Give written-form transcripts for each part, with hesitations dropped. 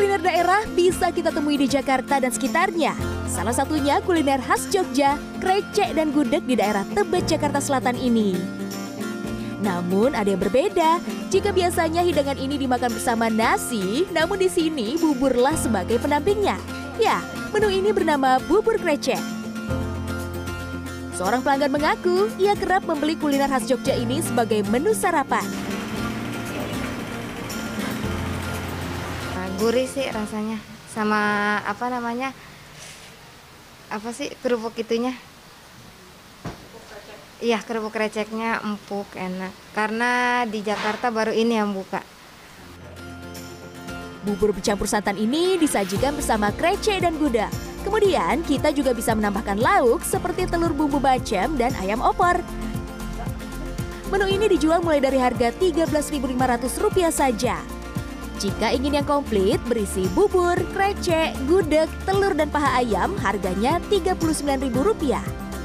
Kuliner daerah bisa kita temui di Jakarta dan sekitarnya. Salah satunya kuliner khas Jogja, krecek dan gudeg di daerah Tebet, Jakarta Selatan ini. Namun ada yang berbeda. Jika biasanya hidangan ini dimakan bersama nasi, namun di sini buburlah sebagai pendampingnya. Ya, menu ini bernama bubur krecek. Seorang pelanggan mengaku ia kerap membeli kuliner khas Jogja ini sebagai menu sarapan. Gurih sih rasanya, sama kerupuk itunya. Iya, kerupuk kreceknya empuk, enak. Karena di Jakarta baru ini yang buka. Bubur bercampur santan ini disajikan bersama krecek dan gudeg. Kemudian kita juga bisa menambahkan lauk seperti telur bumbu bacem dan ayam opor. Menu ini dijual mulai dari harga Rp13.500 saja. Jika ingin yang komplit, berisi bubur, krecek, gudeg, telur dan paha ayam, harganya Rp39.000.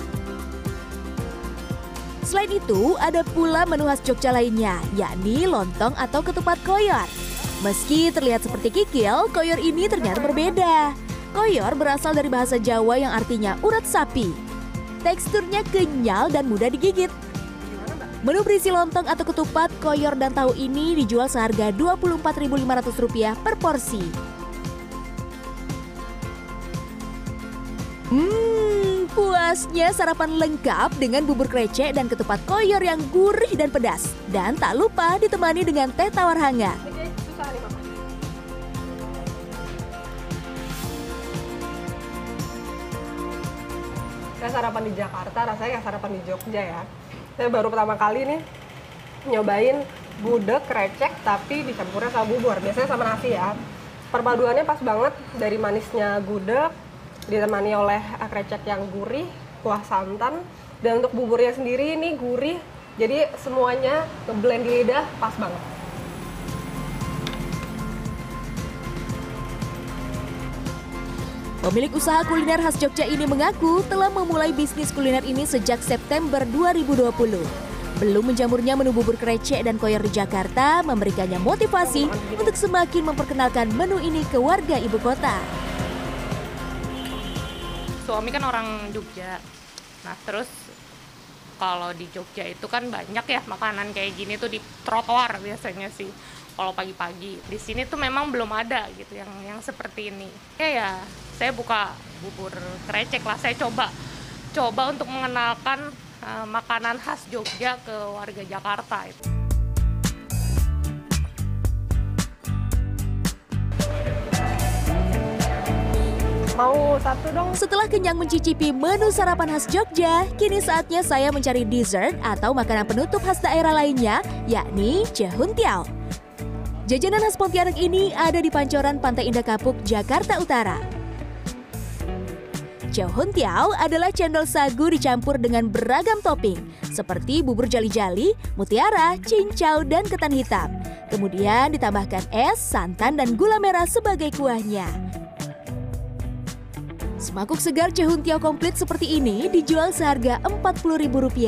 Selain itu, ada pula menu khas Jogja lainnya, yakni lontong atau ketupat koyor. Meski terlihat seperti kikil, koyor ini ternyata berbeda. Koyor berasal dari bahasa Jawa yang artinya urat sapi. Teksturnya kenyal dan mudah digigit. Menu berisi lontong atau ketupat, koyor dan tahu ini dijual seharga Rp24.500 per porsi. Puasnya sarapan lengkap dengan bubur krecek dan ketupat koyor yang gurih dan pedas. Dan tak lupa ditemani dengan teh tawar hangat. Saya sarapan di Jakarta, rasanya kayak sarapan di Jogja ya. Saya baru pertama kali nih nyobain gudeg krecek tapi dicampurnya sama bubur. Biasanya sama nasi ya. Perpaduannya pas banget, dari manisnya gudeg ditemani oleh krecek yang gurih, kuah santan, dan untuk buburnya sendiri ini gurih. Jadi semuanya ngeblend di lidah pas banget. Pemilik usaha kuliner khas Jogja ini mengaku telah memulai bisnis kuliner ini sejak September 2020. Belum menjamurnya menu bubur krecek dan koyor di Jakarta memberikannya motivasi untuk semakin memperkenalkan menu ini ke warga ibu kota. Suami kan orang Jogja. Nah, terus kalau di Jogja itu kan banyak ya makanan kayak gini tuh di trotoar biasanya sih. Kalau pagi-pagi di sini tuh memang belum ada gitu yang seperti ini. Ya, saya buka bubur krecek lah. Saya coba untuk mengenalkan makanan khas Jogja ke warga Jakarta. Mau satu dong? Setelah kenyang mencicipi menu sarapan khas Jogja, kini saatnya saya mencari dessert atau makanan penutup khas daerah lainnya, yakni Cehuntiau. Jajanan khas Pontianak ini ada di Pancoran Pantai Indah Kapuk, Jakarta Utara. Cehuntiau adalah cendol sagu dicampur dengan beragam topping, seperti bubur jali-jali, mutiara, cincau, dan ketan hitam. Kemudian ditambahkan es, santan, dan gula merah sebagai kuahnya. Semangkuk segar Cehuntiau komplit seperti ini dijual seharga Rp40.000.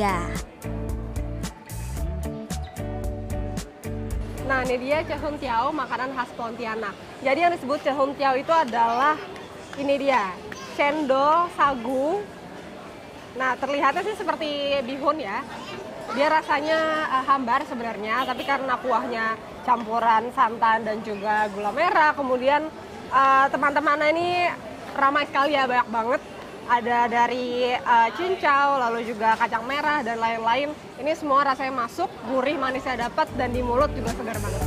Nah, ini dia Cehuntiau, makanan khas Pontianak. Jadi yang disebut Cehuntiau itu adalah ini dia, cendol sagu. Nah, terlihatnya sih seperti bihun ya. Dia rasanya hambar sebenarnya, tapi karena kuahnya campuran santan dan juga gula merah, kemudian teman-temannya ini ramai sekali ya, banyak banget. Ada dari cincau, lalu juga kacang merah dan lain-lain. Ini semua rasanya masuk, gurih, manisnya dapat, dan di mulut juga segar banget.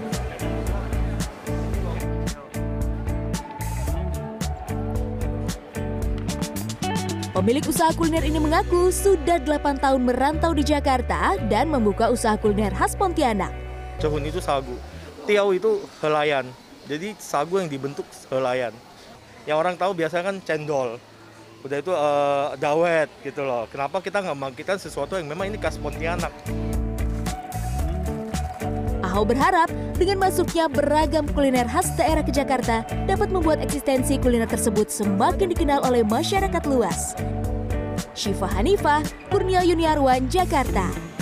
Pemilik usaha kuliner ini mengaku sudah 8 tahun merantau di Jakarta dan membuka usaha kuliner khas Pontianak. Cehun itu sagu, tiau itu helaian. Jadi sagu yang dibentuk helaian. Yang orang tahu biasanya kan cendol. Udah itu dawet gitu loh. Kenapa kita nggak membangkitkan sesuatu yang memang ini khas Pontianak? Ahok berharap dengan masuknya beragam kuliner khas daerah ke Jakarta dapat membuat eksistensi kuliner tersebut semakin dikenal oleh masyarakat luas. Syifa Hanifah, Kurnia Yuniarwan, Jakarta.